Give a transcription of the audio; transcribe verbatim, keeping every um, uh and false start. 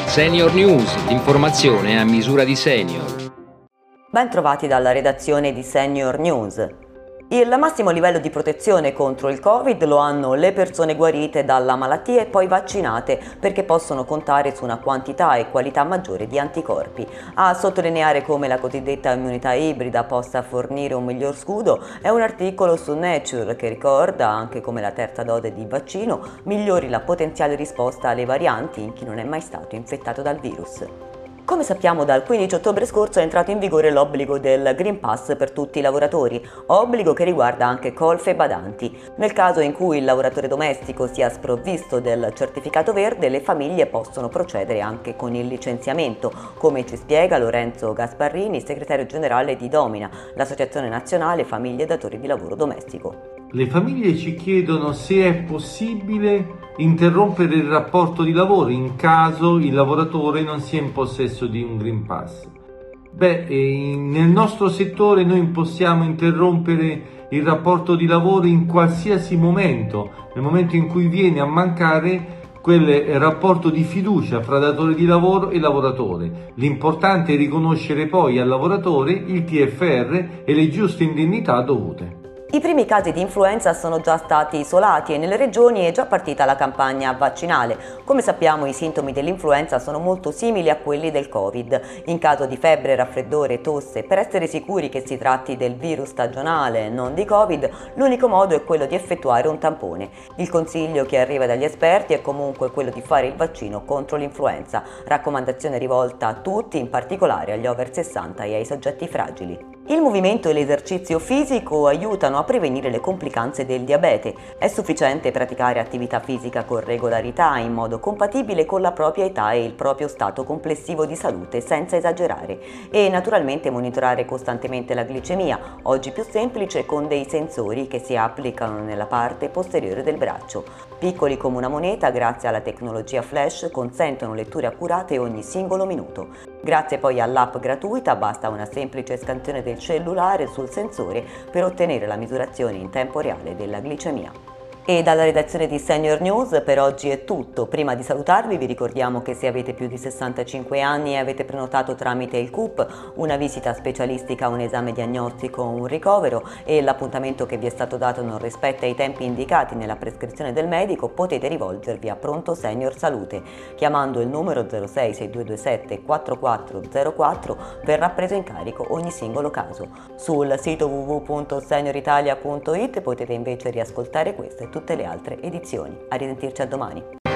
Senior News, l'informazione a misura di senior. Ben trovati dalla redazione di Senior News. Il massimo livello di protezione contro il Covid lo hanno le persone guarite dalla malattia e poi vaccinate, perché possono contare su una quantità e qualità maggiore di anticorpi. A sottolineare come la cosiddetta immunità ibrida possa fornire un miglior scudo è un articolo su Nature che ricorda anche come la terza dose di vaccino migliori la potenziale risposta alle varianti in chi non è mai stato infettato dal virus. Come sappiamo, dal quindici ottobre scorso è entrato in vigore l'obbligo del Green Pass per tutti i lavoratori, obbligo che riguarda anche colf e badanti. Nel caso in cui il lavoratore domestico sia sprovvisto del certificato verde, le famiglie possono procedere anche con il licenziamento, come ci spiega Lorenzo Gasparrini, segretario generale di Domina, l'Associazione Nazionale Famiglie e Datori di Lavoro Domestico. Le famiglie ci chiedono se è possibile interrompere il rapporto di lavoro in caso il lavoratore non sia in possesso di un Green Pass. Beh, nel nostro settore noi possiamo interrompere il rapporto di lavoro in qualsiasi momento, nel momento in cui viene a mancare quel rapporto di fiducia fra datore di lavoro e lavoratore. L'importante è riconoscere poi al lavoratore il T F R e le giuste indennità dovute. I primi casi di influenza sono già stati isolati e nelle regioni è già partita la campagna vaccinale. Come sappiamo, i sintomi dell'influenza sono molto simili a quelli del Covid. In caso di febbre, raffreddore e tosse, per essere sicuri che si tratti del virus stagionale, non di Covid, l'unico modo è quello di effettuare un tampone. Il consiglio che arriva dagli esperti è comunque quello di fare il vaccino contro l'influenza, raccomandazione rivolta a tutti, in particolare agli over sessanta e ai soggetti fragili. Il movimento e l'esercizio fisico aiutano a prevenire le complicanze del diabete. È sufficiente praticare attività fisica con regolarità in modo compatibile con la propria età e il proprio stato complessivo di salute, senza esagerare. E naturalmente monitorare costantemente la glicemia, oggi più semplice con dei sensori che si applicano nella parte posteriore del braccio. Piccoli come una moneta, grazie alla tecnologia flash, consentono letture accurate ogni singolo minuto. Grazie poi all'app gratuita, basta una semplice scansione del cellulare sul sensore per ottenere la misurazione in tempo reale della glicemia. E dalla redazione di Senior News per oggi è tutto. Prima di salutarvi vi ricordiamo che se avete più di sessantacinque anni e avete prenotato tramite il C U P una visita specialistica, un esame diagnostico o un ricovero e l'appuntamento che vi è stato dato non rispetta i tempi indicati nella prescrizione del medico, potete rivolgervi a Pronto Senior Salute chiamando il numero zero sei sei due due sette quattro quattro zero quattro. Verrà preso in carico ogni singolo caso. Sul sito w w w punto senior italia punto it potete invece riascoltare queste e tutte le altre edizioni. A risentirci a domani.